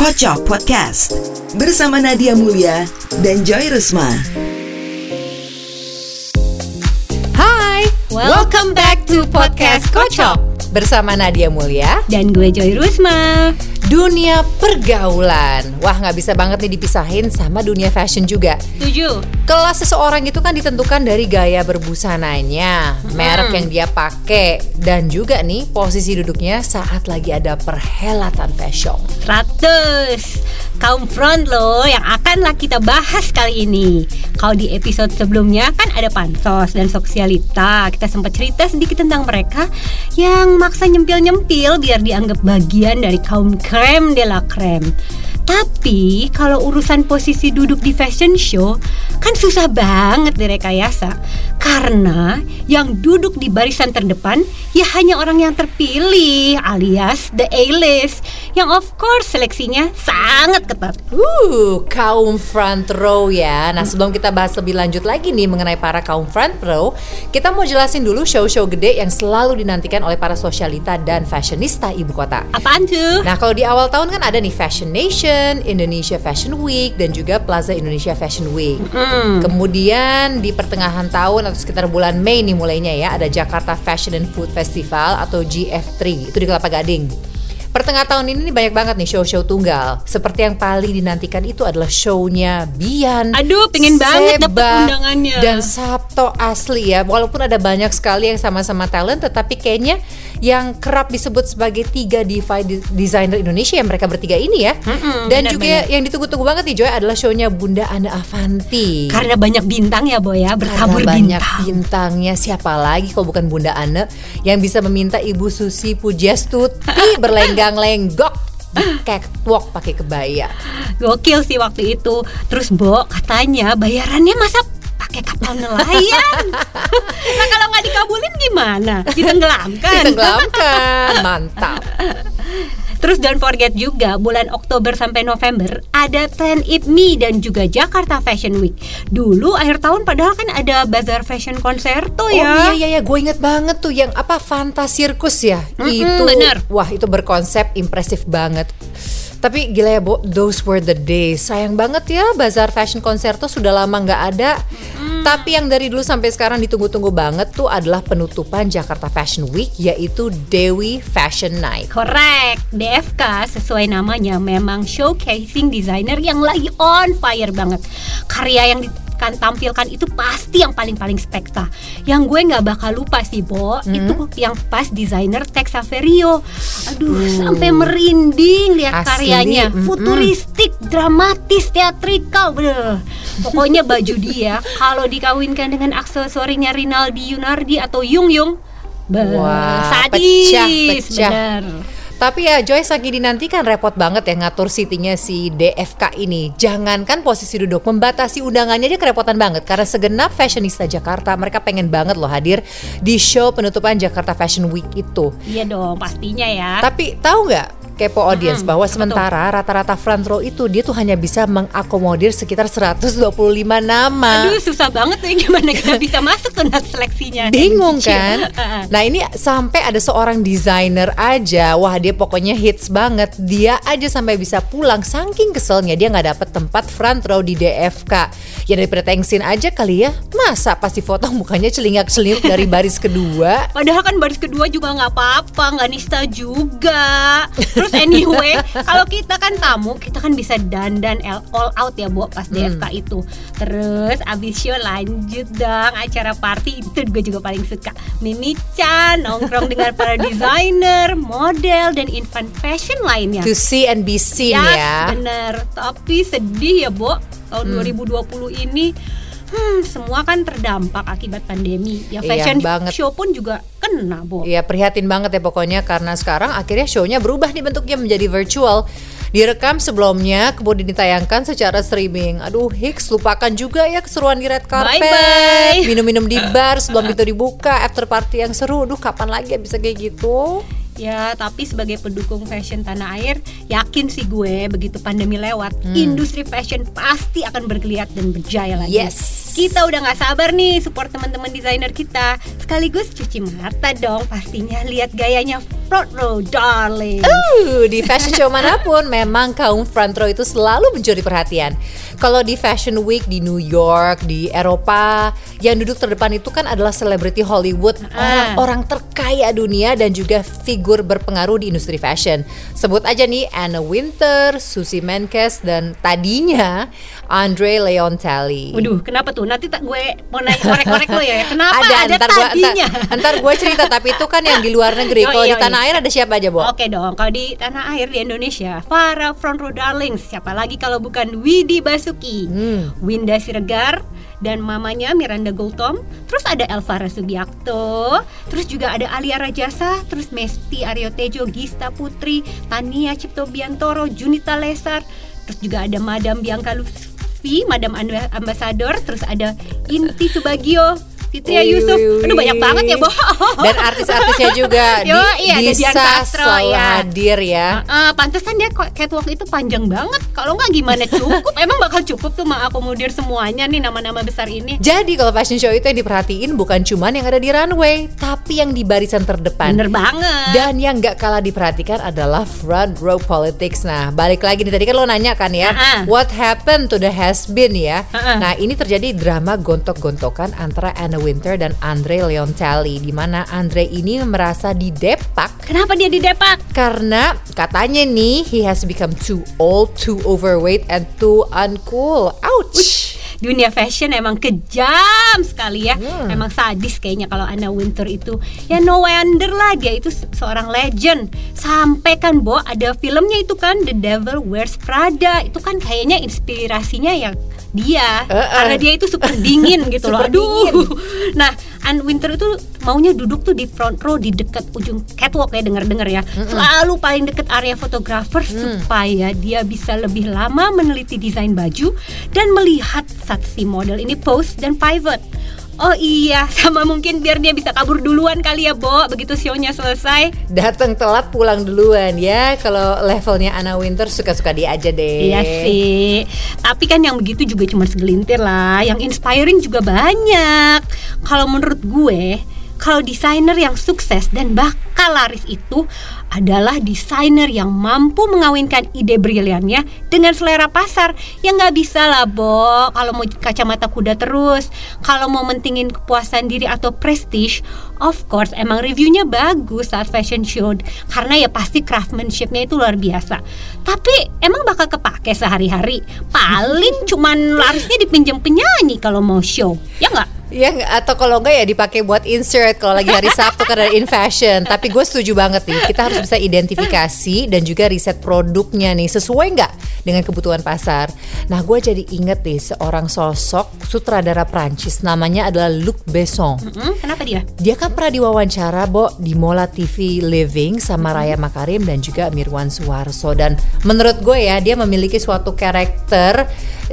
Kocok Podcast bersama Nadia Mulya dan Joy Rusma. Hai, welcome back to Podcast Kocok bersama Nadia Mulya dan gue Joy Rusma. Dunia pergaulan, wah nggak bisa banget nih dipisahin sama dunia fashion juga. Setuju. Kelas seseorang itu kan ditentukan dari gaya berbusananya, merek yang dia pakai, dan juga nih posisi duduknya saat lagi ada perhelatan fashion. 100 kaum front loh yang akanlah kita bahas kali ini. Kalau di episode sebelumnya kan ada pansos dan sosialita, kita sempat cerita sedikit tentang mereka yang maksa nyempil-nyempil biar dianggap bagian dari kaum creme de la creme. Tapi kalau urusan posisi duduk di fashion show kan susah banget direkayasa, karena yang duduk di barisan terdepan ya hanya orang yang terpilih alias the A-list, yang of course seleksinya sangat ketat. Kaum front row ya. Nah, sebelum kita bahas lebih lanjut lagi nih mengenai para kaum front row, kita mau jelasin dulu show-show gede yang selalu dinantikan oleh para sosialita dan fashionista ibu kota. Apaan tuh? Nah, kalau di awal tahun kan ada nih Fashion Nation, Indonesia Fashion Week, dan juga Plaza Indonesia Fashion Week. Kemudian di pertengahan tahun atau sekitar bulan Mei nih mulainya ya, ada Jakarta Fashion and Food Festival atau GF3, itu di Kelapa Gading. Pertengahan tahun ini banyak banget nih show-show tunggal. Seperti yang paling dinantikan itu adalah show-nya Bian, Aduh, pengen banget dapet undangannya, dan Sabto asli ya. Walaupun ada banyak sekali yang sama-sama talent, tetapi kayaknya yang kerap disebut sebagai 3 diva designer Indonesia yang mereka bertiga ini ya. Dan juga yang ditunggu-tunggu banget nih Joy adalah show-nya Bunda Ana Avanti. Karena banyak bintang ya Boy ya, bertabur banyak bintang. Bintangnya, siapa lagi kalau bukan Bunda Ana yang bisa meminta Ibu Susi Pujastuti berlenggak-lenggok di catwalk pakai kebaya. Gokil sih waktu itu. Terus Bo, katanya bayarannya masa pakai kapal nelayan. Nah kalau nggak dikabulin gimana? Ditenggelamkan. Mantap. Terus don't forget juga bulan Oktober sampai November ada Trend It Me dan juga Jakarta Fashion Week. Dulu akhir tahun padahal kan ada Bazar Fashion Concerto ya. Oh iya, gue inget banget tuh yang apa Fanta Circus ya. Itu bener. Wah, itu berkonsep impresif banget. Tapi gila ya Bo, those were the days. Sayang banget ya Bazar Fashion Concerto sudah lama gak ada. Tapi yang dari dulu sampai sekarang ditunggu-tunggu banget tuh adalah penutupan Jakarta Fashion Week, yaitu Dewi Fashion Night. Correct. DFK sesuai namanya memang showcasing desainer yang lagi on fire banget. Karya yang tampilkan itu pasti yang paling spekta. Yang gue nggak bakal lupa sih Bo, itu yang pas desainer Tex Saverio. Aduh, sampai merinding lihat karyanya. Futuristik, dramatis, teatrikal, bener. Pokoknya baju dia kalau dikawinkan dengan aksesorinya Rinaldi Yunardi atau Yung Yung, sadis, pecah. bener. Tapi ya Joy, saking dinantikan repot banget ya ngatur seatingnya si DFK ini. Jangankan posisi duduk, membatasi undangannya aja kerepotan banget. Karena segenap fashionista Jakarta, mereka pengen banget loh hadir di show penutupan Jakarta Fashion Week itu. Iya dong, pastinya ya. Tapi tahu nggak kepo audience bahwa sementara rata-rata front row itu dia tuh hanya bisa mengakomodir sekitar 125 nama. Aduh, susah banget tuh, gimana kita bisa masuk tuh seleksinya. Bingung kan? Nah ini sampai ada seorang desainer aja, wah dia pokoknya hits banget. Dia aja sampai bisa pulang saking keselnya dia nggak dapet tempat front row di DFK. Ya daripada thanksin aja kali ya. Masa pas foto mukanya celingak-celinguk dari baris kedua. Padahal kan baris kedua juga nggak apa-apa, nggak nista juga. Terus anyway, kalau kita kan tamu, kita kan bisa dandan all out ya Bu pas DFK itu. Terus abis show lanjut dong acara party, itu gue juga paling suka. Mimi-chan nongkrong dengan para desainer, model, dan infant fashion lainnya. To see and be seen ya. Bener, tapi sedih ya Bu, tahun 2020 ini semua kan terdampak akibat pandemi. Ya fashion show pun juga kena Bo. Iya, prihatin banget ya pokoknya, karena sekarang akhirnya show-nya berubah nih bentuknya menjadi virtual. Direkam sebelumnya, kemudian ditayangkan secara streaming. Aduh, Hicks, lupakan juga ya keseruan di red carpet. Bye-bye. Minum-minum di bar sebelum itu dibuka, after party yang seru. Duh, kapan lagi ya bisa kayak gitu? Ya, tapi sebagai pendukung fashion tanah air, yakin sih gue begitu pandemi lewat, industri fashion pasti akan bergeliat dan berjaya lagi. Yes. Kita udah gak sabar nih support teman-teman desainer kita. Sekaligus cuci mata dong pastinya lihat gayanya front row darling. Di fashion show manapun memang kaum front row itu selalu mencuri perhatian. Kalau di Fashion Week di New York, di Eropa, yang duduk terdepan itu kan adalah selebriti Hollywood, orang-orang terkaya dunia dan juga figur berpengaruh di industri fashion. Sebut aja nih Anna Wintour, Susie Menkes, dan tadinya Andre Leontelli. Waduh, kenapa tuh? Nanti gue mau nanya korek-korek lo ya. Kenapa ada tadinya? Ntar gue cerita, tapi itu kan yang di luar negeri. Kalau di tanah air ada siapa aja, Bo? Oke dong, kalau di tanah air di Indonesia, para front row darlings, siapa lagi kalau bukan Widi Basuki, Winda Siregar, dan mamanya Miranda Gultom. Terus ada Elvira Subiakto, terus juga ada Alia Rajasa, terus Mesti Aryotejo, Gista Putri, Tania Cipto Biantoro, Junita Lesar, terus juga ada Madam Bianca Lutfi, Madam Ambassador, terus ada Inti Subagio, Fitria Yusuf. Aduh banyak banget ya, Bo. Dan artis-artisnya juga Disa selalu hadir ya. Pantesan dia catwalk itu panjang banget. Kalau nggak gimana cukup? Emang bakal cukup tuh mengakomodir semuanya nih nama-nama besar ini. Jadi kalau fashion show itu yang diperhatiin bukan cuman yang ada di runway, tapi yang di barisan terdepan. Bener banget. Dan yang nggak kalah diperhatikan adalah front row politics. Nah, balik lagi nih, tadi kan lo nanya kan ya, what happened to the has been ya. Nah, ini terjadi drama gontok-gontokan antara Anna Wintour dan Andre Leontelli, di mana Andre ini merasa didepak. Kenapa dia didepak? Karena katanya nih he has become too old, too overweight, and too uncool. Ouch. Dunia fashion emang kejam sekali ya. Emang sadis kayaknya kalau Anna Wintour itu. Ya no wonder lah, dia itu seorang legend. Sampai kan Bo ada filmnya itu kan, The Devil Wears Prada. Itu kan kayaknya inspirasinya ya dia, karena dia itu super dingin gitu loh. Aduh. Nah, Anna Wintour itu maunya duduk tuh di front row di dekat ujung catwalk ya, denger ya. Selalu paling dekat area fotografer supaya dia bisa lebih lama meneliti desain baju dan melihat saat si model ini pose dan pivot. Oh iya, sama mungkin biar dia bisa kabur duluan kali ya, Bo, begitu show-nya selesai. Datang telat pulang duluan ya. Kalau levelnya Anna Wintour suka-suka dia aja deh. Iya sih. Tapi kan yang begitu juga cuma segelintir lah. Yang inspiring juga banyak. Kalau menurut gue, kalau desainer yang sukses dan bakal laris itu adalah desainer yang mampu mengawinkan ide briliannya dengan selera pasar. Ya nggak bisa lah, Bo, kalau mau kacamata kuda terus. Kalau mau mentingin kepuasan diri atau prestige, of course emang reviewnya bagus saat fashion show, karena ya pasti craftsmanshipnya itu luar biasa. Tapi emang bakal kepake sehari-hari? Paling cuman larisnya dipinjam penyanyi kalau mau show, ya nggak? Ya, atau kalau enggak ya dipakai buat insert kalau lagi hari Sabtu kan ada in fashion. Tapi gue setuju banget nih, kita harus bisa identifikasi dan juga riset produknya nih, sesuai nggak dengan kebutuhan pasar. Nah, gue jadi inget nih seorang sosok sutradara Prancis, namanya adalah Luc Besson. Kenapa dia? Dia kan pernah diwawancara, Bo, di Mola TV Living sama Raya Makarim dan juga Mirwan Suwarso. Dan menurut gue ya, dia memiliki suatu karakter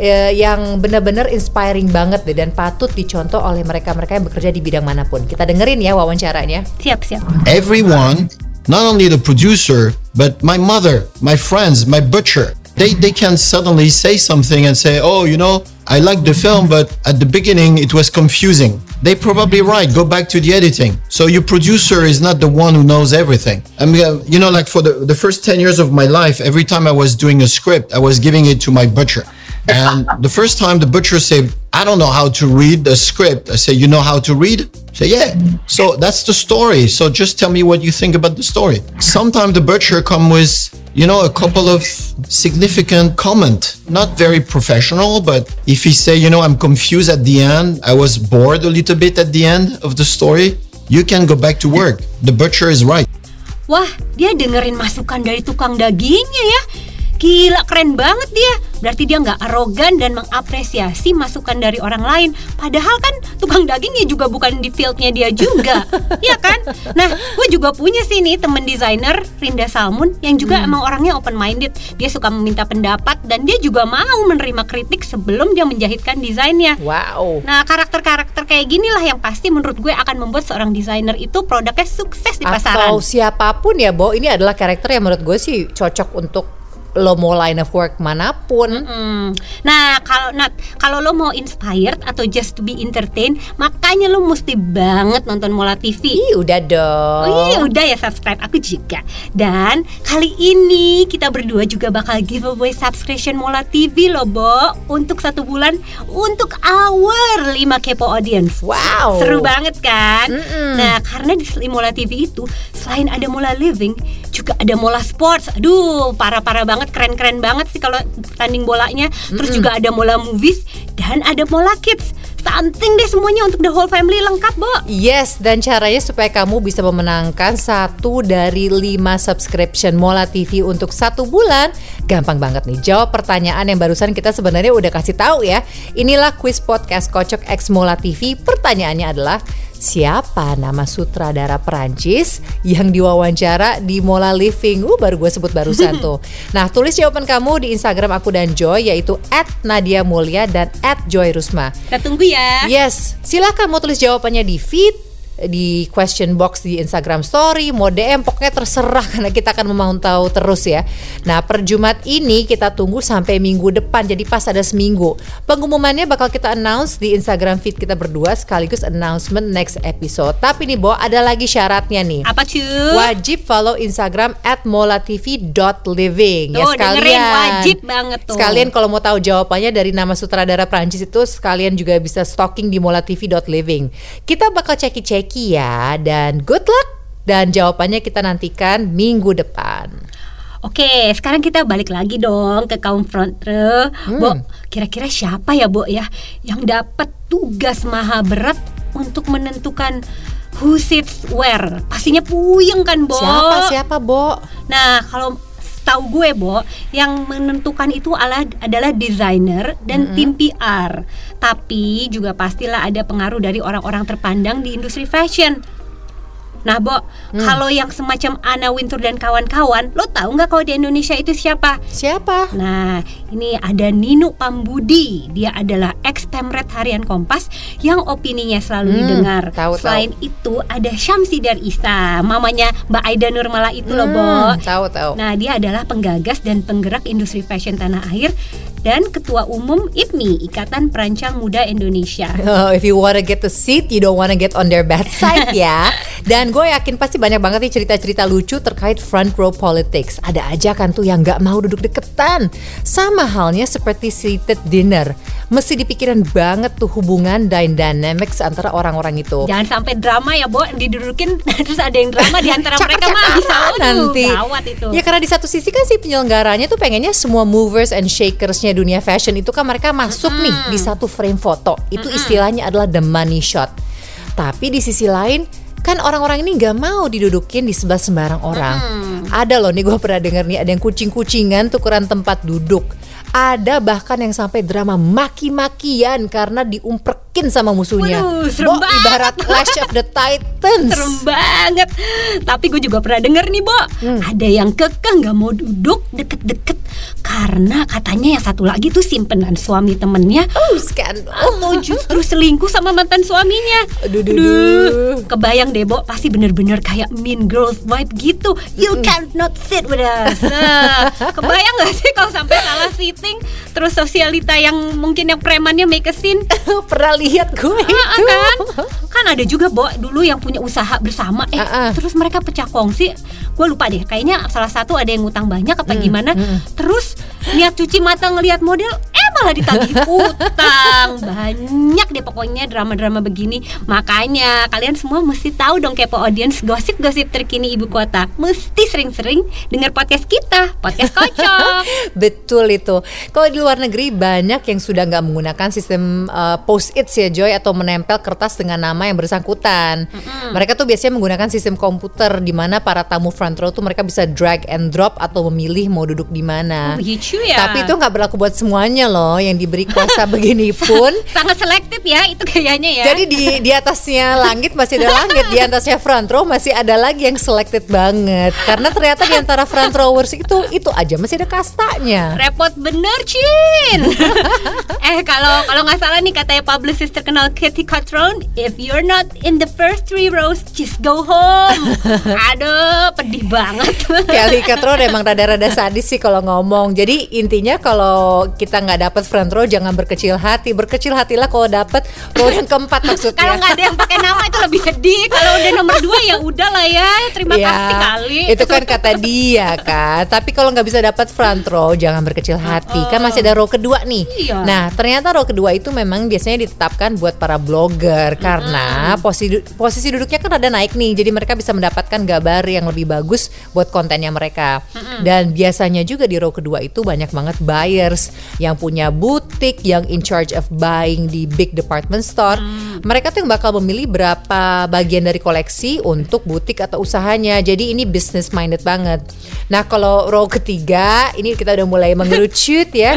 yang benar-benar inspiring banget deh, dan patut dicontoh oleh mereka-mereka yang bekerja di bidang manapun. Kita dengerin ya wawancaranya. Siap. Everyone, not only the producer, but my mother, my friends, my butcher, they can suddenly say something and say, oh, you know, I like the film, but at the beginning it was confusing. They probably right, go back to the editing. So your producer is not the one who knows everything. I mean, you know, like for the first 10 years of my life, every time I was doing a script, I was giving it to my butcher. And the first time the butcher said, I don't know how to read the script. I say, you know how to read? I say, yeah. So that's the story. So just tell me what you think about the story. Sometimes the butcher come with, you know, a couple of significant comment. Not very professional, but if he say, you know, I'm confused at the end, I was bored a little bit at the end of the story, you can go back to work. The butcher is right. Wah, dia dengerin masukan dari tukang dagingnya ya. Gila, keren banget dia. Berarti dia nggak arogan dan mengapresiasi masukan dari orang lain. Padahal kan tukang dagingnya juga bukan di fieldnya dia juga. Iya kan? Nah, gue juga punya sih nih temen desainer, Rinda Salmun, yang juga emang orangnya open minded. Dia suka meminta pendapat dan dia juga mau menerima kritik sebelum dia menjahitkan desainnya. Wow. Nah, karakter-karakter kayak gini lah yang pasti menurut gue akan membuat seorang desainer itu produknya sukses di pasaran. Atau siapapun ya, Bo, ini adalah karakter yang menurut gue sih cocok untuk lo mau line of work manapun. Nah, kalau lo mau inspired atau just to be entertained, makanya lo mesti banget nonton Mola TV. Udah dong. Udah ya, subscribe aku juga. Dan kali ini kita berdua juga bakal giveaway subscription Mola TV loh, Bo, untuk 1 bulan untuk our 5 Kepo audience. Wow. Seru banget kan? Nah, karena di Mola TV itu selain ada Mola Living, juga ada Mola Sports. Aduh, parah-parah banget, keren-keren banget sih kalau tanding bolanya. Terus juga ada Mola Movies dan ada Mola Kids. Something deh semuanya untuk the whole family, lengkap, Bo. Yes, dan caranya supaya kamu bisa memenangkan 1 dari 5 subscription Mola TV untuk 1 bulan. Gampang banget nih. Jawab pertanyaan yang barusan kita sebenarnya udah kasih tahu ya. Inilah quiz podcast Kocok X Mola TV. Pertanyaannya adalah, siapa nama sutradara Perancis yang diwawancara di Mola Living? Baru gue sebut barusan tuh. Nah, tulis jawaban kamu di Instagram aku dan Joy, yaitu @NadiaMulya dan @JoyRusma. Kita tunggu ya. Yes, silakan mau tulis jawabannya di feed, di question box di Instagram story, mau DM, pokoknya terserah karena kita akan memantau terus ya. Nah, per Jumat ini kita tunggu sampai minggu depan, jadi pas ada seminggu. Pengumumannya bakal kita announce di Instagram feed kita berdua sekaligus announcement next episode. Tapi nih, Bo, ada lagi syaratnya nih. Apa cuy? Wajib follow Instagram @molatv.living ya, Tuh, sekalian. dengerin, wajib banget tuh. Sekalian kalau mau tahu jawabannya dari nama sutradara Prancis itu, sekalian juga bisa stalking di molatv.living. Kita bakal ceki-ceki ya, dan good luck, dan jawabannya kita nantikan minggu depan. Oke, sekarang kita balik lagi dong ke kaum front row. Bo, kira-kira siapa ya, Bo, ya yang dapat tugas maha berat untuk menentukan who sits where? Pastinya puyeng kan, Bo? Siapa, Bo? Nah, kalau tahu gue, Bo, yang menentukan itu adalah desainer dan tim PR. Tapi juga pastilah ada pengaruh dari orang-orang terpandang di industri fashion. Nah, Bo, kalau yang semacam Anna Wintour dan kawan-kawan, lo tahu nggak kalau di Indonesia itu siapa? Siapa? Nah, ini ada Nino Pambudi. Dia adalah ex-pemret harian Kompas yang opininya selalu didengar. Selain itu ada Syamsi Darisa, mamanya Mbak Aida Nurmala itu loh, Bo. Tahu. Nah, dia adalah penggagas dan penggerak industri fashion tanah air dan Ketua Umum IPMI, Ikatan Perancang Muda Indonesia. Oh, if you wanna get a seat, you don't wanna get on their bad side ya. Dan gue yakin pasti banyak banget nih cerita-cerita lucu terkait front row politics. Ada aja kan tuh yang gak mau duduk deketan. Sama halnya seperti seated dinner. Mesti dipikirin banget tuh hubungan dan dynamics antara orang-orang itu. Jangan sampai drama ya, Bo, didudukin terus ada yang drama di antara mereka mah bisa nanti. Gawat itu. Ya karena di satu sisi kan si penyelenggaranya tuh pengennya semua movers and shakersnya dunia fashion itu kan mereka masuk nih di satu frame foto. Itu istilahnya adalah the money shot. Tapi di sisi lain kan orang-orang ini gak mau didudukin di sebelah sembarang orang. Ada loh nih, gue pernah denger nih, ada yang kucing-kucingan tukeran tempat duduk. Ada bahkan yang sampai drama maki-makian karena diumprekin sama musuhnya. Waduh, serem banget. Ibarat Clash of the Titans. Serem banget. Tapi gue juga pernah denger nih, Bo, ada yang kekeh gak mau duduk deket-deket karena katanya yang satu lagi tuh simpenan suami temennya. Skandal. Atau justru selingkuh sama mantan suaminya. Aduh. Kebayang deh, Bo, pasti bener-bener kayak Mean Girls vibe gitu. You can't not sit with us. Kebayang gak sih kalau sampai salah sitting, terus sosialita yang mungkin yang premannya make a scene. Pernah lihat gue itu. Kan ada juga, Bo, dulu yang punya usaha bersama. Terus mereka pecah kongsi. Gue lupa deh, kayaknya salah satu ada yang ngutang banyak apa gimana. Terus niat cuci mata ngelihat model, malah ditagih utang. Banyak deh pokoknya drama-drama begini. Makanya kalian semua mesti tahu dong, Kepo Audience, gosip-gosip terkini ibu kota. Mesti sering-sering dengar podcast kita, Podcast Kocok. Betul itu. Kalau di luar negeri banyak yang sudah nggak menggunakan sistem post-its ya, Joy, atau menempel kertas dengan nama yang bersangkutan. Mereka tuh biasanya menggunakan sistem komputer di mana para tamu front row tuh mereka bisa drag and drop atau memilih mau duduk di mana. Gitu ya. Tapi itu nggak berlaku buat semuanya loh. loh yang diberi kuasa begini pun. Sangat selektif ya itu kayaknya ya. Jadi di atasnya langit masih ada langit, di atasnya front row masih ada lagi yang selected banget. Karena ternyata di antara front rowers itu aja masih ada kastanya. Repot bener, Cin. Kalau nggak salah nih katanya publicist terkenal Katie Cotron, if you're not in the first 3 rows, just go home. Aduh, pedih banget. Kelly Cotron emang rada-rada sadis sih kalau ngomong. Jadi intinya kalau kita nggak dapat front row jangan berkecil hati. Berkecil hatilah kalau dapat row yang keempat maksudnya. Kalau nggak ada yang pakai nama itu lebih sedih. Kalau udah nomor 2 ya udahlah ya. Terima kasih kali. Itu kan kata dia kan. Tapi kalau nggak bisa dapat front row jangan berkecil hati. Kan masih ada row kedua nih. Iya. Nah ternyata row kedua itu memang biasanya ditetapkan buat para blogger karena posisi duduknya kan ada naik nih. Jadi mereka bisa mendapatkan gambar yang lebih bagus buat kontennya mereka. Dan biasanya juga di row kedua itu banyak banget buyers yang punya butik, yang in charge of buying di big department store. Mereka tuh yang bakal memilih berapa bagian dari koleksi untuk butik atau usahanya. Jadi ini business minded banget. Nah kalau row ketiga ini kita udah mulai mengerucut ya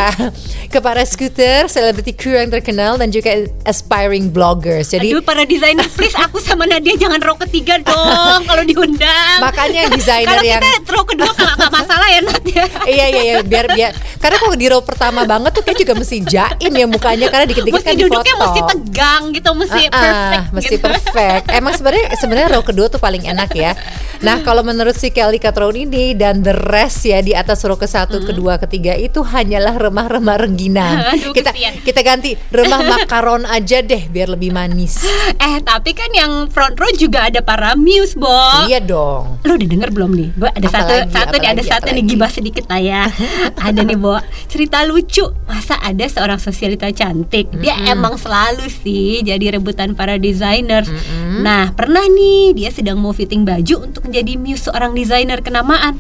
ke para scooter, celebrity crew yang terkenal dan juga aspiring bloggers. Jadi aduh para desainer please aku sama Nadia jangan row ketiga dong kalau diundang. Makanya desainer kalau yang kita row kedua nggak masalah ya Nadia. Iya biar karena kalau di row pertama banget tuh kayak juga mesti jaim ya mukanya karena dikit-dikit kan difoto. Duduknya mesti tegang gitu, mesti perfect. Mesti gitu. perfect. Emang sebenarnya row kedua tuh paling enak ya. Nah kalau menurut si Kelly Cotron ini dan the rest ya di atas row ke-1, kedua, ketiga itu hanyalah remah-remah rengginang. Aduh, kita ganti remah makaron aja deh biar lebih manis. Tapi kan yang front row juga ada para muse, Bo. Iya dong. Lo udah denger belum nih? Bo, ada satu nih gibah sedikit lah ya. Ada nih, Bo. Cerita lucu. Masa ada seorang sosialita cantik. Dia emang selalu sih jadi rebutan para designers. Nah, pernah nih dia sedang mau fitting baju untuk menjadi muse seorang desainer kenamaan.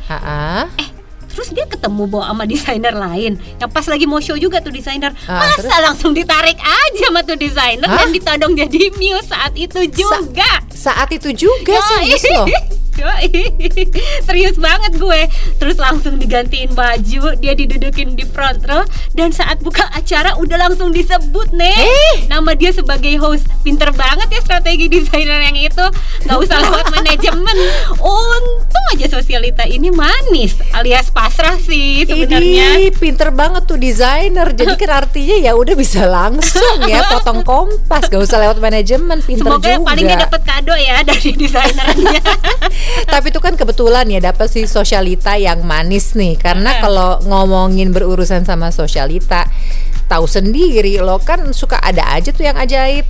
Terus dia ketemu sama desainer lain yang pas lagi mau show juga tuh desainer. Masa langsung ditarik aja sama tuh desainer dan ditodong jadi muse saat itu juga. Saat itu juga serius loh. Serius banget gue. Terus langsung digantiin baju, dia didudukin di front row dan saat buka acara udah langsung disebut nih nama dia sebagai host. Pinter banget ya strategi desainer yang itu. Gak usah lewat manajemen. Untung aja sosialita ini manis alias pasrah sih sebenarnya. Pinter banget tuh desainer. Jadi kan artinya ya udah bisa langsung ya potong kompas, gak usah lewat manajemen. Pinter semoga juga. Paling dia dapat kado ya dari desainernya. Tapi itu kan kebetulan ya dapat si sosialita yang manis nih. Karena kalau ngomongin berurusan sama sosialita, tahu sendiri lo kan suka ada aja tuh yang ajaib.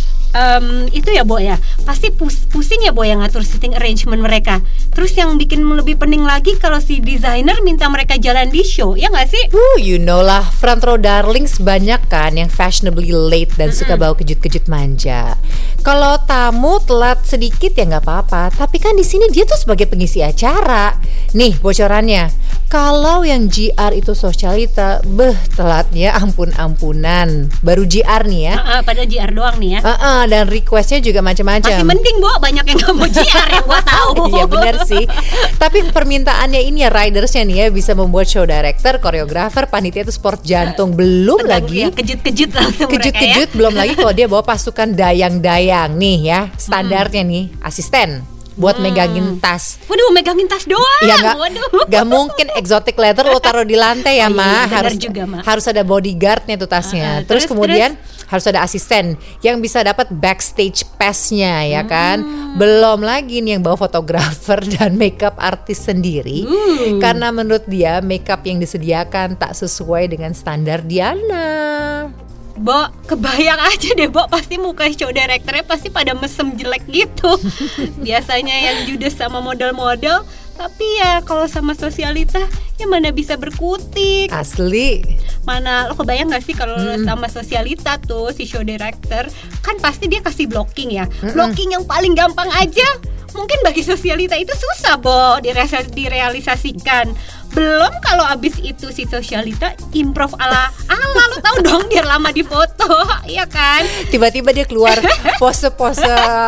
Itu ya Bo ya, pasti pusing ya Bo yang ngatur sitting arrangement mereka. Terus yang bikin lebih pening lagi kalau si desainer minta mereka jalan di show, ya nggak sih? You know lah, front row darlings banyak kan yang fashionably late dan suka bawa kejut-kejut manja. Kalau tamu telat sedikit ya nggak apa-apa, tapi kan di sini dia tuh sebagai pengisi acara. Nih bocorannya, kalau yang GR itu sosialita, telatnya ampun-ampunan. Baru GR nih ya. Pada GR doang nih ya. Dan requestnya juga macam-macam. Masih mending Bo, banyak yang gak mau GR yang gua tahu. Iya benar sih. Tapi permintaannya ini ya ridersnya nih ya bisa membuat show director, koreografer, panitia itu sport jantung. Belum lagi kejut-kejut langsung kejut-kejut mereka ya. Belum lagi kalau dia bawa pasukan dayang-dayang nih ya. Standarnya nih asisten buat megangin tas. Waduh, megangin tas doang. Ya gak mungkin exotic leather lo taruh di lantai ya Ma. Harus ada bodyguardnya tuh tasnya. Terus kemudian harus ada asisten yang bisa dapat backstage pass-nya ya kan. Belum lagi nih yang bawa fotografer dan makeup artis sendiri. Karena menurut dia makeup yang disediakan tak sesuai dengan standar Diana. Bo, kebayang aja deh Bo, pasti muka show directornya pasti pada mesem jelek gitu. Biasanya yang judes sama model-model, tapi ya kalau sama sosialita ya mana bisa berkutik. Asli. Mana lo kebayang gak sih kalau sama sosialita tuh si show director kan pasti dia kasih blocking ya. Blocking yang paling gampang aja mungkin bagi sosialita itu susah Bo direalisasikan. Belum kalau abis itu si Sosialita improv ala lu tahu dong biar lama di foto, iya kan? Tiba-tiba dia keluar pose-pose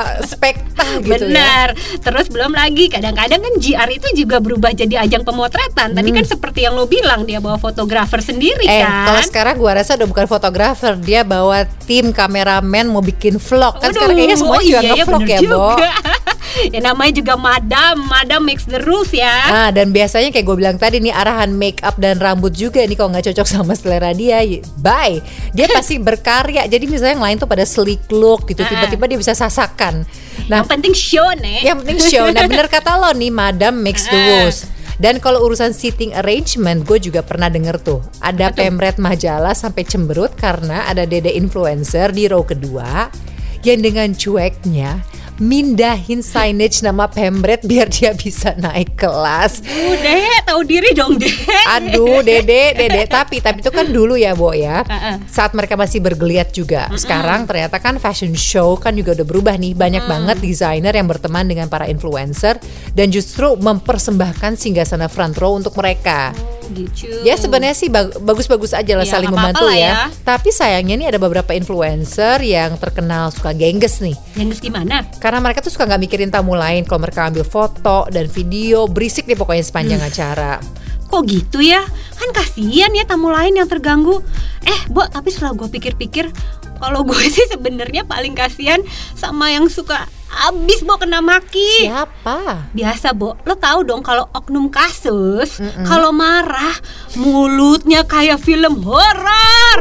spekta gitu. Benar. Terus belum lagi kadang-kadang kan GR itu juga berubah jadi ajang pemotretan. Tadi kan seperti yang lo bilang dia bawa fotografer sendiri kan. Kalau sekarang gua rasa udah bukan fotografer, dia bawa tim kameramen mau bikin vlog. Kan sekarang kayaknya semuanya juga nge-vlog ya, Bo. Ya namanya juga Madam makes the rules ya. Dan biasanya kayak gue bilang tadi nih, arahan make up dan rambut juga nih kalau nggak cocok sama selera dia, bye. Dia pasti berkarya. Jadi misalnya yang lain tuh pada sleek look gitu, tiba-tiba dia bisa sasakan. Nah, yang penting show nih. Yang penting show. Nah, bener kata lo nih, Madam makes the rules. Dan kalau urusan seating arrangement, gue juga pernah denger tuh ada pemret majalah sampai cemberut karena ada dede influencer di row kedua yang dengan cueknya mindahin signage nama pemret biar dia bisa naik kelas. Udah, tahu diri dong deh. Aduh, dede, tapi itu kan dulu ya, Bo ya. Saat mereka masih bergeliat juga. Sekarang ternyata kan fashion show kan juga udah berubah nih. Banyak banget desainer yang berteman dengan para influencer dan justru mempersembahkan singgasana front row untuk mereka. Gitu. Ya sebenarnya sih bagus-bagus aja lah, ya, saling membantu ya. Tapi sayangnya nih ada beberapa influencer yang terkenal suka gengges nih. Gengges gimana? Karena mereka tuh suka gak mikirin tamu lain. Kalau mereka ambil foto dan video, berisik deh pokoknya sepanjang acara. Kok gitu ya? Kan kasihan ya tamu lain yang terganggu. Bo, tapi setelah gue pikir-pikir, kalau gue sih sebenarnya paling kasihan sama yang suka abis Bo kena maki. Siapa? Biasa Bo, lo tahu dong kalau oknum kasus kalau marah mulutnya kayak film horor.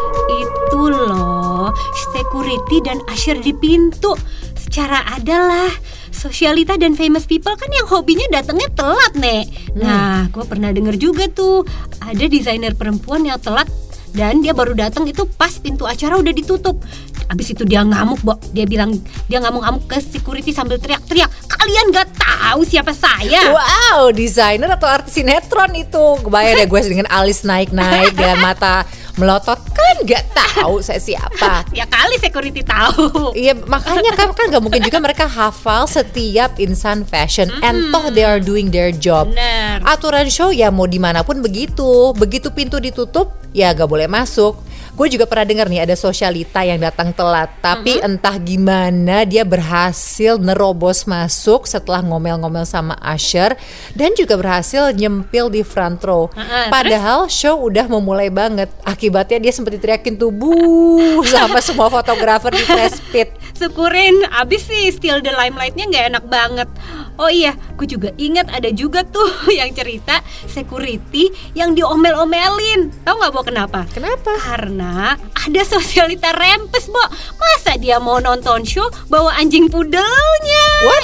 Itu loh, security dan usher di pintu. Secara adalah Sosialita dan famous people kan yang hobinya datangnya telat, Nek. Nah, gue pernah denger juga tuh ada desainer perempuan yang telat dan dia baru datang itu pas pintu acara udah ditutup. Abis itu dia ngamuk, Bo. Dia bilang dia ngamuk-ngamuk ke security sambil teriak-teriak, "Kalian gak tahu siapa saya?" Wow, desainer atau artis sinetron itu. Kebayang deh gue dengan alis naik-naik dan mata melotot, kan gak tahu saya siapa. Ya kali security tahu. Iya, makanya kan gak mungkin juga mereka hafal setiap insan fashion. And toh they are doing their job. Bener. Aturan show ya mau dimanapun begitu. Begitu pintu ditutup ya gak boleh masuk. Gue juga pernah dengar nih ada Sosialita yang datang telat, tapi entah gimana dia berhasil nerobos masuk setelah ngomel-ngomel sama usher dan juga berhasil nyempil di front row. Padahal show udah memulai banget. Akibatnya dia sempat diteriakin tuh buh sama semua fotografer di press pit. Syukurin abis sih steal the limelight-nya gak enak banget. Oh iya, gue juga ingat ada juga tuh yang cerita security yang diomel-omelin. Tahu gak Bo kenapa? Kenapa? Karena ada Sosialita rempes, Bo. Masa dia mau nonton show bawa anjing pudelnya? What?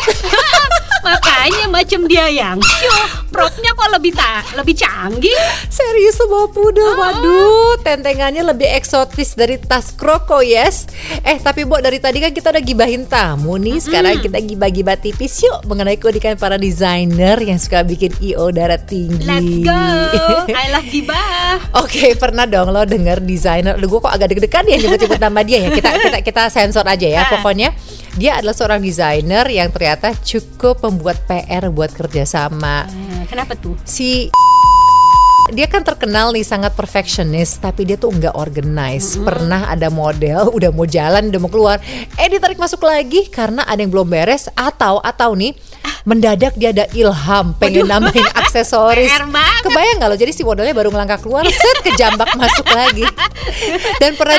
Makanya macam dia yang show, propnya kok lebih canggih. Serius tuh bawa pudel, waduh, tentengannya lebih eksotis dari tas kroko, yes. Tapi Bo, dari tadi kan kita udah gibahin tamu nih, sekarang kita gibah-gibah tipis yuk mengenai keunikan para desainer yang suka bikin IO darah tinggi. Let's go, I love gibah. Oke, pernah dong lo denger desainer? Gue kok agak deg-degan ya nyebut-nyebut nama dia ya. Kita sensor aja ya. Pokoknya dia adalah seorang desainer yang ternyata cukup membuat PR buat kerjasama. Kenapa tuh? Dia kan terkenal nih sangat perfectionist, tapi dia tuh nggak organize. Pernah ada model udah mau jalan, udah mau keluar, ditarik masuk lagi karena ada yang belum beres atau nih mendadak dia ada ilham pengen nambahin aksesoris. Kebayang nggak lo? Jadi si modelnya baru ngelangkah keluar, set kejambak masuk lagi. Dan pernah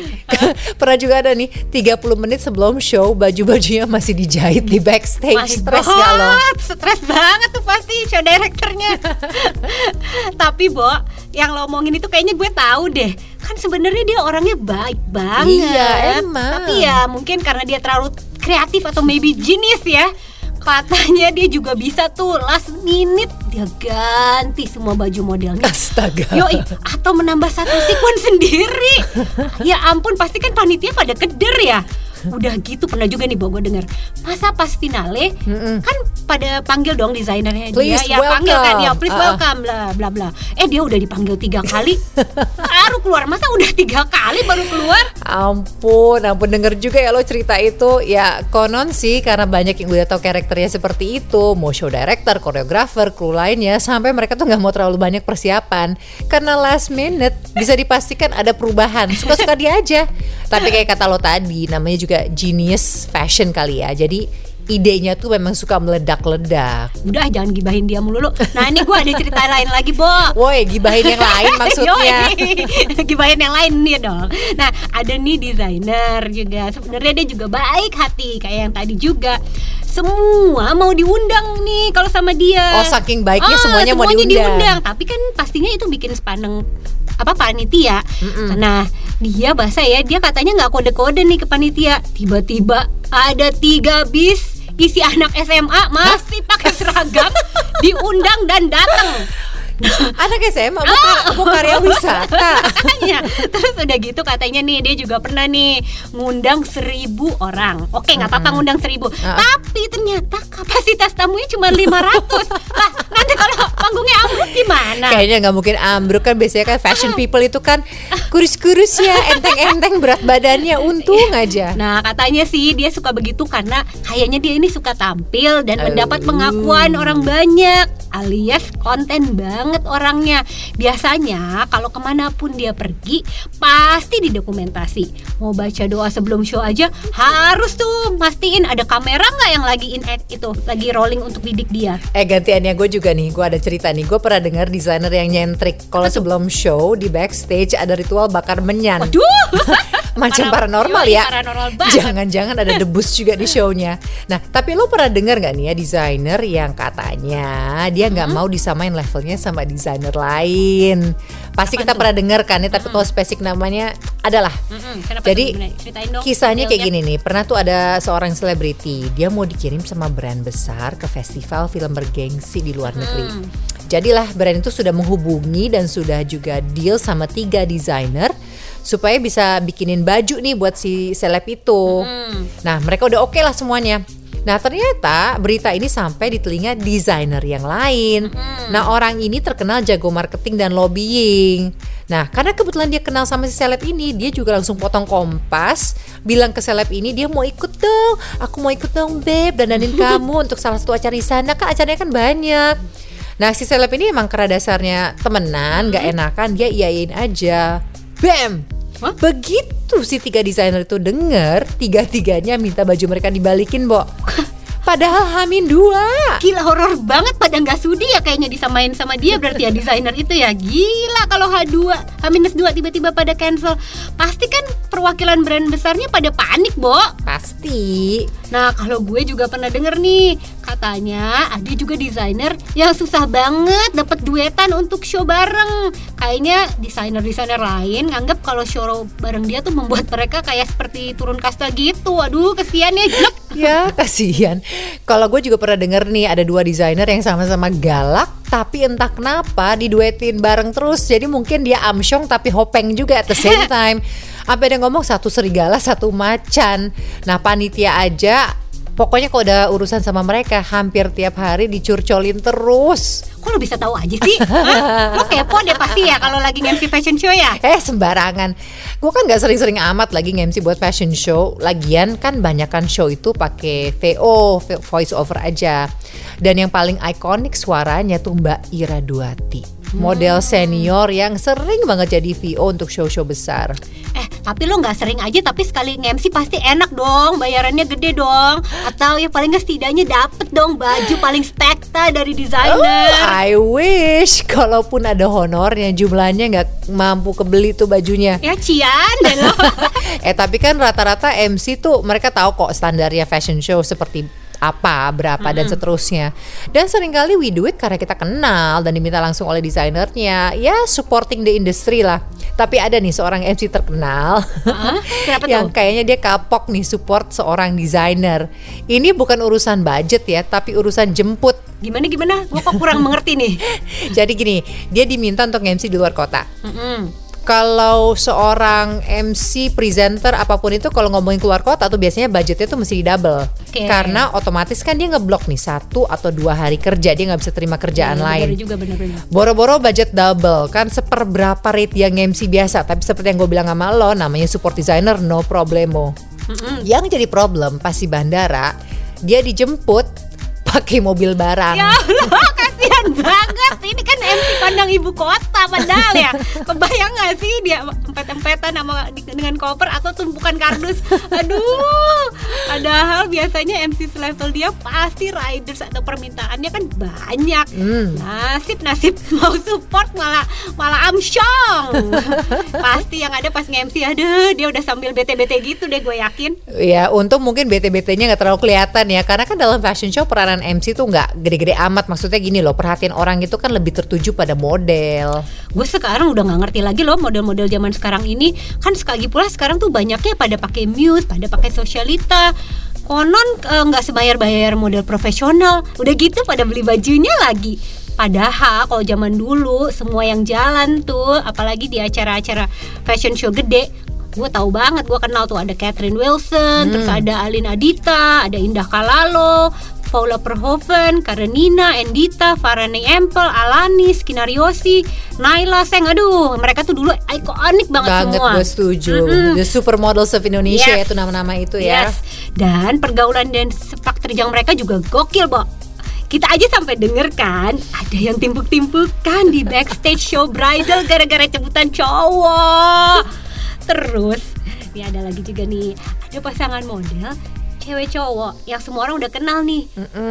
juga ada nih 30 menit sebelum show baju-bajunya masih dijahit di backstage. Stres nggak lo? Stres banget tuh pasti show directornya. Tapi Bo, yang lo omongin itu kayaknya gue tahu deh. Kan sebenarnya dia orangnya baik banget. Iya emang. Tapi ya mungkin karena dia terlalu kreatif atau maybe genius ya. Katanya dia juga bisa tuh last minute dia ganti semua baju modelnya. Astaga. Yoi, atau menambah satu sekuen sendiri. Ya ampun, pasti kan panitia pada keder ya. Udah gitu pernah juga nih gue denger. Masa pas finale kan pada panggil dong desainernya Please dia, ya panggil kan ya, please welcome. welcome bla bla bla. Dia udah dipanggil 3 kali baru keluar. Masa udah 3 kali baru keluar? Ampun denger juga ya lo cerita itu. Ya konon sih karena banyak yang udah tahu karakternya seperti itu, mau show director, koreografer, kru lainnya, sampai mereka tuh nggak mau terlalu banyak persiapan karena last minute bisa dipastikan ada perubahan, suka-suka dia aja. Tapi kayak kata lo tadi, namanya juga genius fashion kali ya, jadi idenya tuh memang suka meledak-ledak. Udah jangan gibahin dia mulu. Nah ini gue ada cerita lain lagi, Bo. Woi, gibahin yang lain maksudnya. Gibahin yang lain nih dong. Nah ada nih desainer juga, sebenarnya dia juga baik hati kayak yang tadi juga. Semua mau diundang nih kalau sama dia. Oh saking baiknya semuanya mau diundang. Tapi kan pastinya itu bikin sepaneng panitia. Nah dia bahasa ya, dia katanya nggak kode-kode nih ke panitia. Tiba-tiba ada 3 bis isi anak SMA masih pakai seragam diundang dan datang. Anak SMA mau karya wisata. Terus udah gitu katanya nih dia juga pernah nih ngundang 1.000 orang. Oke, nggak apa-apa ngundang 1.000. Tapi ternyata kapasitas tamunya cuma 500. Lah nanti kalau panggungnya ambruk gimana? Kayaknya nggak mungkin ambruk, kan biasanya kan fashion people itu kan kurus-kurus ya, enteng-enteng berat badannya, untung aja. Nah katanya sih dia suka begitu karena kayaknya dia ini suka tampil dan mendapat pengakuan orang banyak, alias konten banget orangnya. Biasanya kalau kemanapun dia pergi pasti didokumentasi. Mau baca doa sebelum show aja harus tuh mastiin ada kamera nggak yang lagi lagi rolling untuk bidik dia. Gantiannya gue juga nih, gue ada cerita nih. Gue pernah dengar desainer yang nyentrik kalau sebelum show di backstage ada ritual bakar menyan. Waduh. Macam paranormal ya. Paranormal banget. Jangan-jangan ada debus juga di shownya. Nah, tapi lo pernah dengar nggak nih ya desainer yang katanya dia nggak mau disamain levelnya sama desainer lain. Pasti kita pernah dengar kan ya, tapi kalau spesifik namanya adalah. Jadi kisahnya kayak gini nih. Pernah tuh ada seorang selebriti, dia mau dikirim sama brand besar ke festival film bergengsi di luar negeri. Jadilah brand itu sudah menghubungi dan sudah juga deal sama 3 desainer supaya bisa bikinin baju nih buat si seleb itu. Nah mereka udah oke lah semuanya. Nah ternyata berita ini sampai di telinga desainer yang lain. Nah orang ini terkenal jago marketing dan lobbying. Nah karena kebetulan dia kenal sama si seleb ini, dia juga langsung potong kompas, bilang ke seleb ini dia mau ikut dong. Aku mau ikut dong beb, dandanin kamu untuk salah satu acara di sana, kan acaranya kan banyak. Nah si seleb ini emang karena dasarnya temenan, gak enakan, dia iyain aja. Bam! Begitu si 3 desainer itu denger, 3-3-nya minta baju mereka dibalikin, Bo. Padahal H-2. Gila, horor banget, pada nggak sudi ya kayaknya disamain sama dia. Berarti ya desainer itu ya. Gila kalau H-2 tiba-tiba pada cancel. Pasti kan perwakilan brand besarnya pada panik, Bo. Pasti. Nah kalau gue juga pernah denger nih, katanya ada juga desainer yang susah banget dapat duetan untuk show bareng. Kayaknya desainer-desainer lain nganggap kalau show bareng dia tuh membuat mereka kayak seperti turun kasta gitu. Aduh kesian ya. Ya kasihan. Kalau gue juga pernah denger nih ada 2 desainer yang sama-sama galak, tapi entah kenapa diduetin bareng terus. Jadi mungkin dia amsyong tapi hopeng juga at the same time. Apa ada ngomong satu serigala satu macan. Nah panitia aja pokoknya kalau udah urusan sama mereka hampir tiap hari dicurcolin terus. Kok lo bisa tahu aja sih? Lo kepo deh pasti ya kalau lagi nge-MC fashion show ya? Sembarangan. Gue kan gak sering-sering amat lagi nge-MC buat fashion show. Lagian kan banyakan show itu pakai VO, voice over aja. Dan yang paling ikonik suaranya tuh Mbak Ira Duati, model senior yang sering banget jadi VO untuk show-show besar. Tapi lo gak sering aja, tapi sekali nge-MC pasti enak dong, bayarannya gede dong. Atau ya paling gak setidaknya dapet dong baju paling spekta dari desainer. I wish. Kalaupun ada honornya, jumlahnya gak mampu kebeli tuh bajunya. Ya cian deh lo. Tapi kan rata-rata MC tuh mereka tahu kok standarnya fashion show seperti apa, berapa dan seterusnya. Dan seringkali we do it karena kita kenal dan diminta langsung oleh desainernya. Ya supporting the industry lah. Tapi ada nih seorang MC terkenal yang kayaknya dia kapok nih support seorang desainer. Ini bukan urusan budget ya, tapi urusan jemput. Gimana? Gue kok kurang mengerti nih. Jadi gini, dia diminta untuk MC di luar kota. Kalau seorang MC, presenter apapun itu kalau ngomongin keluar kota tuh biasanya budgetnya tuh mesti di double. Karena otomatis kan dia ngeblok nih 1 atau 2 hari kerja, dia nggak bisa terima kerjaan lain. Benar juga, benar-benar. Boro-boro budget double kan seperberapa rate yang MC biasa. Tapi seperti yang gue bilang sama lo, namanya support designer no problemo. Yang jadi problem pas di bandara, dia dijemput pakai mobil barang. Ya Allah, kasihan banget. Ini kan MC kondang ibu kota padahal ya. Kebayang gak sih dia empet-empetan dengan koper atau tumpukan kardus. Aduh. Padahal biasanya MC selevel dia pasti riders atau permintaannya kan banyak. Nasib mau support malah amsyong. Pasti yang ada pas nge-MC, aduh, dia udah sambil bete-bete gitu deh, gue yakin. Ya, untung mungkin bete-betenya gak terlalu kelihatan ya. Karena kan dalam fashion show peranan MC tuh nggak gede-gede amat. Maksudnya gini loh, perhatian orang itu kan lebih tertuju pada model. Gue sekarang udah nggak ngerti lagi loh model-model zaman sekarang ini. Kan sekali pula sekarang tuh banyaknya pada pakai Muse, pada pakai Socialita. Konon nggak sebayar-bayar model profesional. Udah gitu pada beli bajunya lagi. Padahal kalau zaman dulu semua yang jalan tuh, apalagi di acara-acara fashion show gede, gue tahu banget, gue kenal tuh ada Catherine Wilson, terus ada Alin Adita, ada Indah Kalalo, Paula Verhoeven, Karenina, Endita, Farane Empel, Alanis, Kinariosi, Naila Seng. Aduh, mereka tuh dulu ikonik banget semua. Gue setuju. The Supermodels of Indonesia itu nama-nama itu ya. Dan pergaulan dan sepak terjang mereka juga gokil, Bo. Kita aja sampai denger kan ada yang timpuk-timpukan di backstage show bridal gara-gara cebutan cowok. Terus, ini ada lagi juga nih, ada pasangan model cewek cowok yang semua orang udah kenal nih.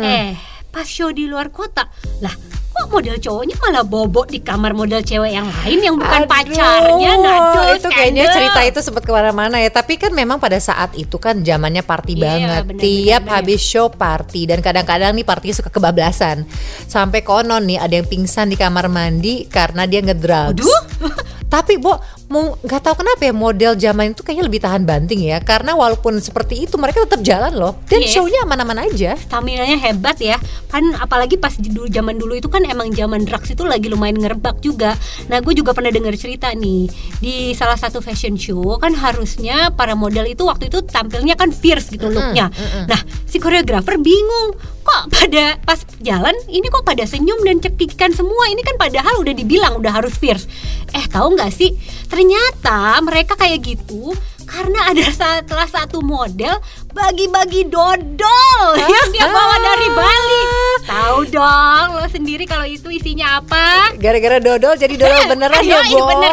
Pas show di luar kota, lah kok model cowoknya malah bobok di kamar model cewek yang lain yang bukan pacarnya. Aduh, itu kayaknya cerita itu sempat kemana-mana ya. Tapi kan memang pada saat itu kan zamannya party banget. Tiap habis show party. Dan kadang-kadang nih partinya suka kebablasan. Sampai konon nih ada yang pingsan di kamar mandi karena dia ngedrugs. Aduh. Tapi mau nggak tahu kenapa ya model zaman itu kayaknya lebih tahan banting ya, karena walaupun seperti itu mereka tetap jalan loh dan show-nya aman-aman aja. Staminanya hebat ya kan, apalagi pas zaman dulu itu kan emang zaman drugs itu lagi lumayan ngerebak juga. Nah, gue juga pernah dengar cerita nih di salah satu fashion show kan harusnya para model itu waktu itu tampilnya kan fierce gitu looknya. Nah, si koreografer bingung, kok pada pas jalan ini kok pada senyum dan cekikan semua, ini kan padahal udah dibilang udah harus fierce. Tahu nggak sih, ternyata mereka kayak gitu karena ada salah satu model bagi-bagi dodol yang dia bawa dari Bali. Tahu dong lo sendiri kalau itu isinya apa? Gara-gara dodol jadi dodol beneran ya, Bo. Bener.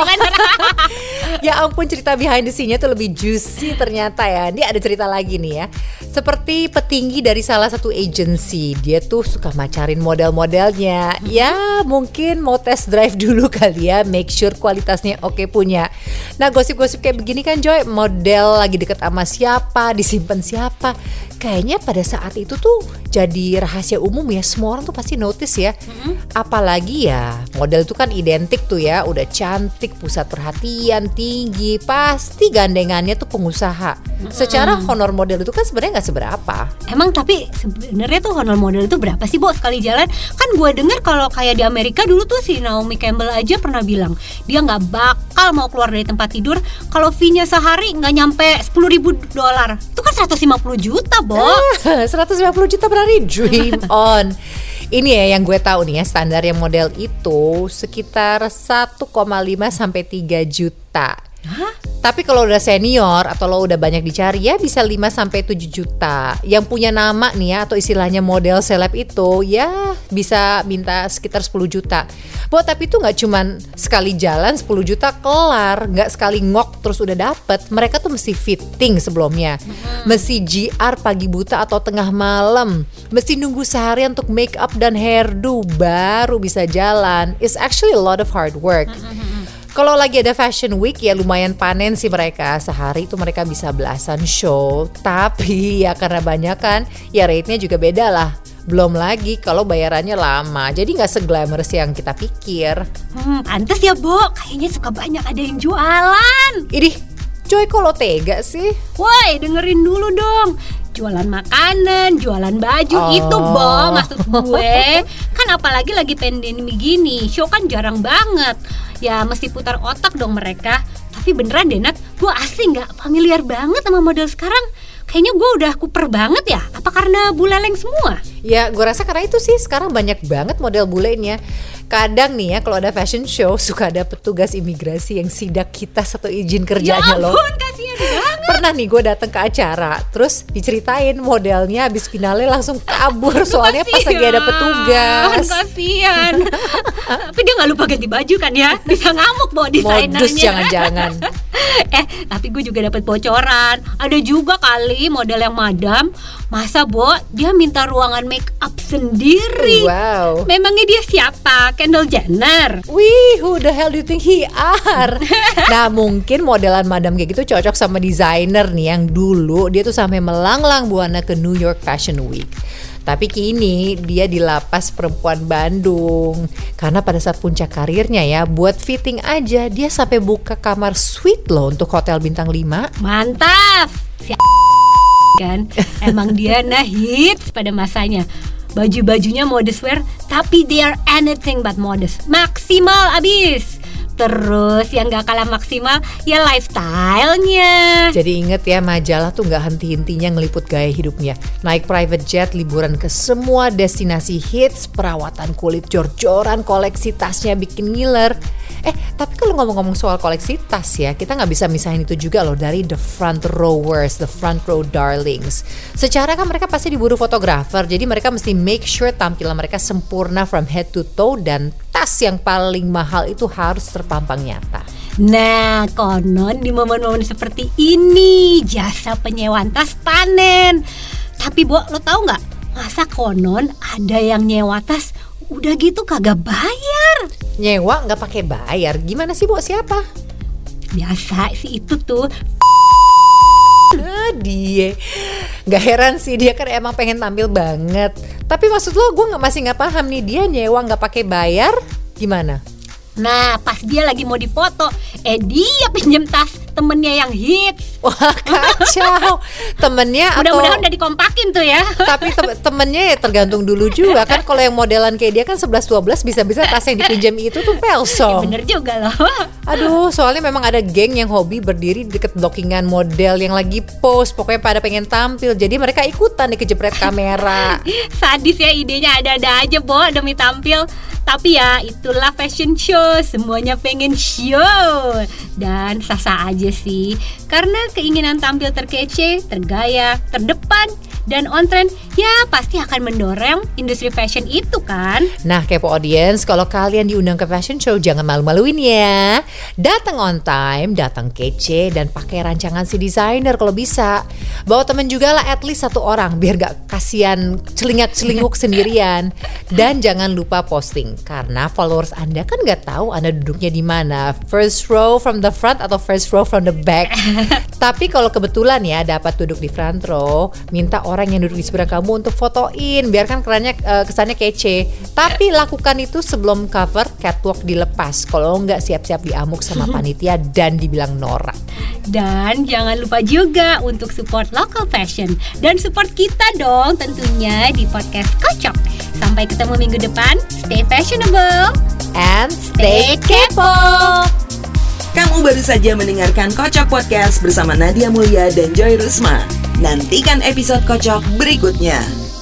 Ya ampun, cerita behind the scene-nya tuh lebih juicy ternyata ya. Ini ada cerita lagi nih ya. Seperti petinggi dari salah satu agency, dia tuh suka macarin model-modelnya. Ya mungkin mau test drive dulu kali ya, make sure kualitasnya oke punya. Nah, gosip-gosip kayak begini kan Joy, model lagi deket sama siapa, disimpan siapa. Kayaknya pada saat itu tuh jadi rahasia umum ya, semua orang tuh pasti notice ya. Apalagi ya model itu kan identik tuh ya, udah cantik, pusat perhatian, tinggi, pasti gandengannya tuh pengusaha. Secara honor model itu kan sebenarnya nggak seberapa. Emang tapi sebenarnya tuh honor model itu berapa sih, Bo, sekali jalan? Kan gue denger kalau kayak di Amerika dulu tuh si Naomi Campbell aja pernah bilang dia nggak bakal mau keluar dari tempat tidur kalau fee-nya sehari nggak nyampe $10,000. Itu kan 150 juta, Bo. 150 juta berarti dream on. Ini ya yang gue tahu nih ya, standar yang model itu sekitar 1,5 sampai 3 juta. Tapi kalau udah senior atau lo udah banyak dicari ya bisa 5 sampai 7 juta. Yang punya nama nih ya atau istilahnya model seleb itu ya bisa minta sekitar 10 juta. Tapi itu gak cuman sekali jalan 10 juta kelar, gak sekali ngok terus udah dapet. Mereka tuh mesti fitting sebelumnya, mesti GR pagi buta atau tengah malam, mesti nunggu seharian untuk make up dan hairdo baru bisa jalan. It's actually a lot of hard work. Kalau lagi ada fashion week ya lumayan panen sih mereka. Sehari itu mereka bisa belasan show. Tapi ya karena banyak kan ya rate-nya juga beda lah. Belum lagi kalau bayarannya lama. Jadi gak se-glamorous yang kita pikir. Pantes ya, Bo. Kayaknya suka banyak ada yang jualan. Idih, Joy kok lo tega sih? Woi, dengerin dulu dong. Jualan makanan, jualan baju, itu Bo maksud gue. Kan apalagi lagi pandemi gini, show kan jarang banget. Ya mesti putar otak dong mereka. Tapi beneran deh Nat, gue asli gak familiar banget sama model sekarang. Kayaknya gue udah kuper banget ya. Apa karena buleleng semua? Ya gue rasa karena itu sih, sekarang banyak banget model bulenya. Kadang nih ya kalau ada fashion show suka ada petugas imigrasi yang sidak kita satu izin kerjanya loh. Ya ampun, kasihan banget. Pernah nih gue datang ke acara, terus diceritain modelnya habis finalnya langsung kabur soalnya pas lagi ada petugas. Kasihan. Tapi dia gak lupa ganti baju kan ya? Bisa ngamuk bawa desainernya. Modus jangan-jangan. Tapi gue juga dapat bocoran. Ada juga kali model yang madam. Masa Bo, dia minta ruangan make up sendiri. Wow. Memangnya dia siapa? Kendall Jenner? Wih, who the hell do you think he are? Nah, mungkin modelan madam kayak gitu cocok sama desainer nih yang dulu dia tuh sampai melanglang buana ke New York Fashion Week. Tapi kini dia di lapas perempuan Bandung. Karena pada saat puncak karirnya ya, buat fitting aja dia sampai buka kamar suite loh untuk hotel bintang 5. Mantap. Kan emang dia hits pada masanya. Baju-bajunya modest wear, tapi they are anything but modest. Maksimal abis. Terus yang gak kalah maksimal ya lifestyle-nya. Jadi inget ya, majalah tuh gak henti-hentinya ngeliput gaya hidupnya. Naik private jet, liburan ke semua destinasi hits, perawatan kulit jor-joran, koleksi tasnya bikin ngiler. Tapi kalau ngomong-ngomong soal koleksi tas ya, kita gak bisa misahin itu juga loh dari the front rowers, the front row darlings. Secara kan mereka pasti diburu fotografer, jadi mereka mesti make sure tampilan mereka sempurna from head to toe, dan tas yang paling mahal itu harus terpampang nyata. Nah, konon di momen-momen seperti ini jasa penyewaan tas panen. Tapi Bo, lo tahu nggak? Masa konon ada yang nyewa tas udah gitu kagak bayar? Nyewa nggak pakai bayar? Gimana sih, Bu? Siapa? Biasa sih itu tuh. Dia nggak heran sih, dia kan emang pengen tampil banget. Tapi maksud lo, gue masih nggak paham nih, dia nyewa nggak pakai bayar gimana? Nah, pas dia lagi mau difoto, dia pinjem tas temennya yang hits. Wah, kacau. Temennya atau mudah-mudahan udah dikompakin tuh ya. Tapi temennya ya tergantung dulu juga kan. Kalau yang modelan kayak dia kan 11-12, bisa-bisa tas yang dipinjam itu tuh pelsong. Bener juga loh. Aduh, soalnya memang ada geng yang hobi berdiri di deket blockingan model yang lagi post. Pokoknya pada pengen tampil, jadi mereka ikutan nih kejepret kamera. Sadis ya, idenya ada-ada aja Bo demi tampil. Tapi ya itulah fashion show, semuanya pengen show. Dan sah-sah aja sih, karena keinginan tampil terkece, tergaya, terdepan, dan on trend ya pasti akan mendorong industri fashion itu kan. Nah, Kepo Audience, kalau kalian diundang ke fashion show jangan malu-maluin ya. Datang on time, datang kece, dan pakai rancangan si desainer kalau bisa. Bawa temen juga lah, at least 1 orang, biar gak kasihan celingak-celinguk sendirian. Dan jangan lupa posting, karena followers Anda kan gak tahu Anda duduknya di mana, first row from the front atau first row from the back. Tapi kalau kebetulan ya dapat duduk di front row, minta orang yang duduk di seberang kamu untuk fotoin, biarkan kesannya kece. Tapi lakukan itu sebelum cover catwalk dilepas. Kalau enggak, siap-siap diamuk sama panitia dan dibilang norak. Dan jangan lupa juga untuk support local fashion, dan support kita dong tentunya di podcast Kocok. Sampai ketemu minggu depan. Stay fashionable and stay kepo. Kamu baru saja mendengarkan Kocok Podcast bersama Nadia Mulya dan Joy Rusma. Nantikan episode Kocok berikutnya.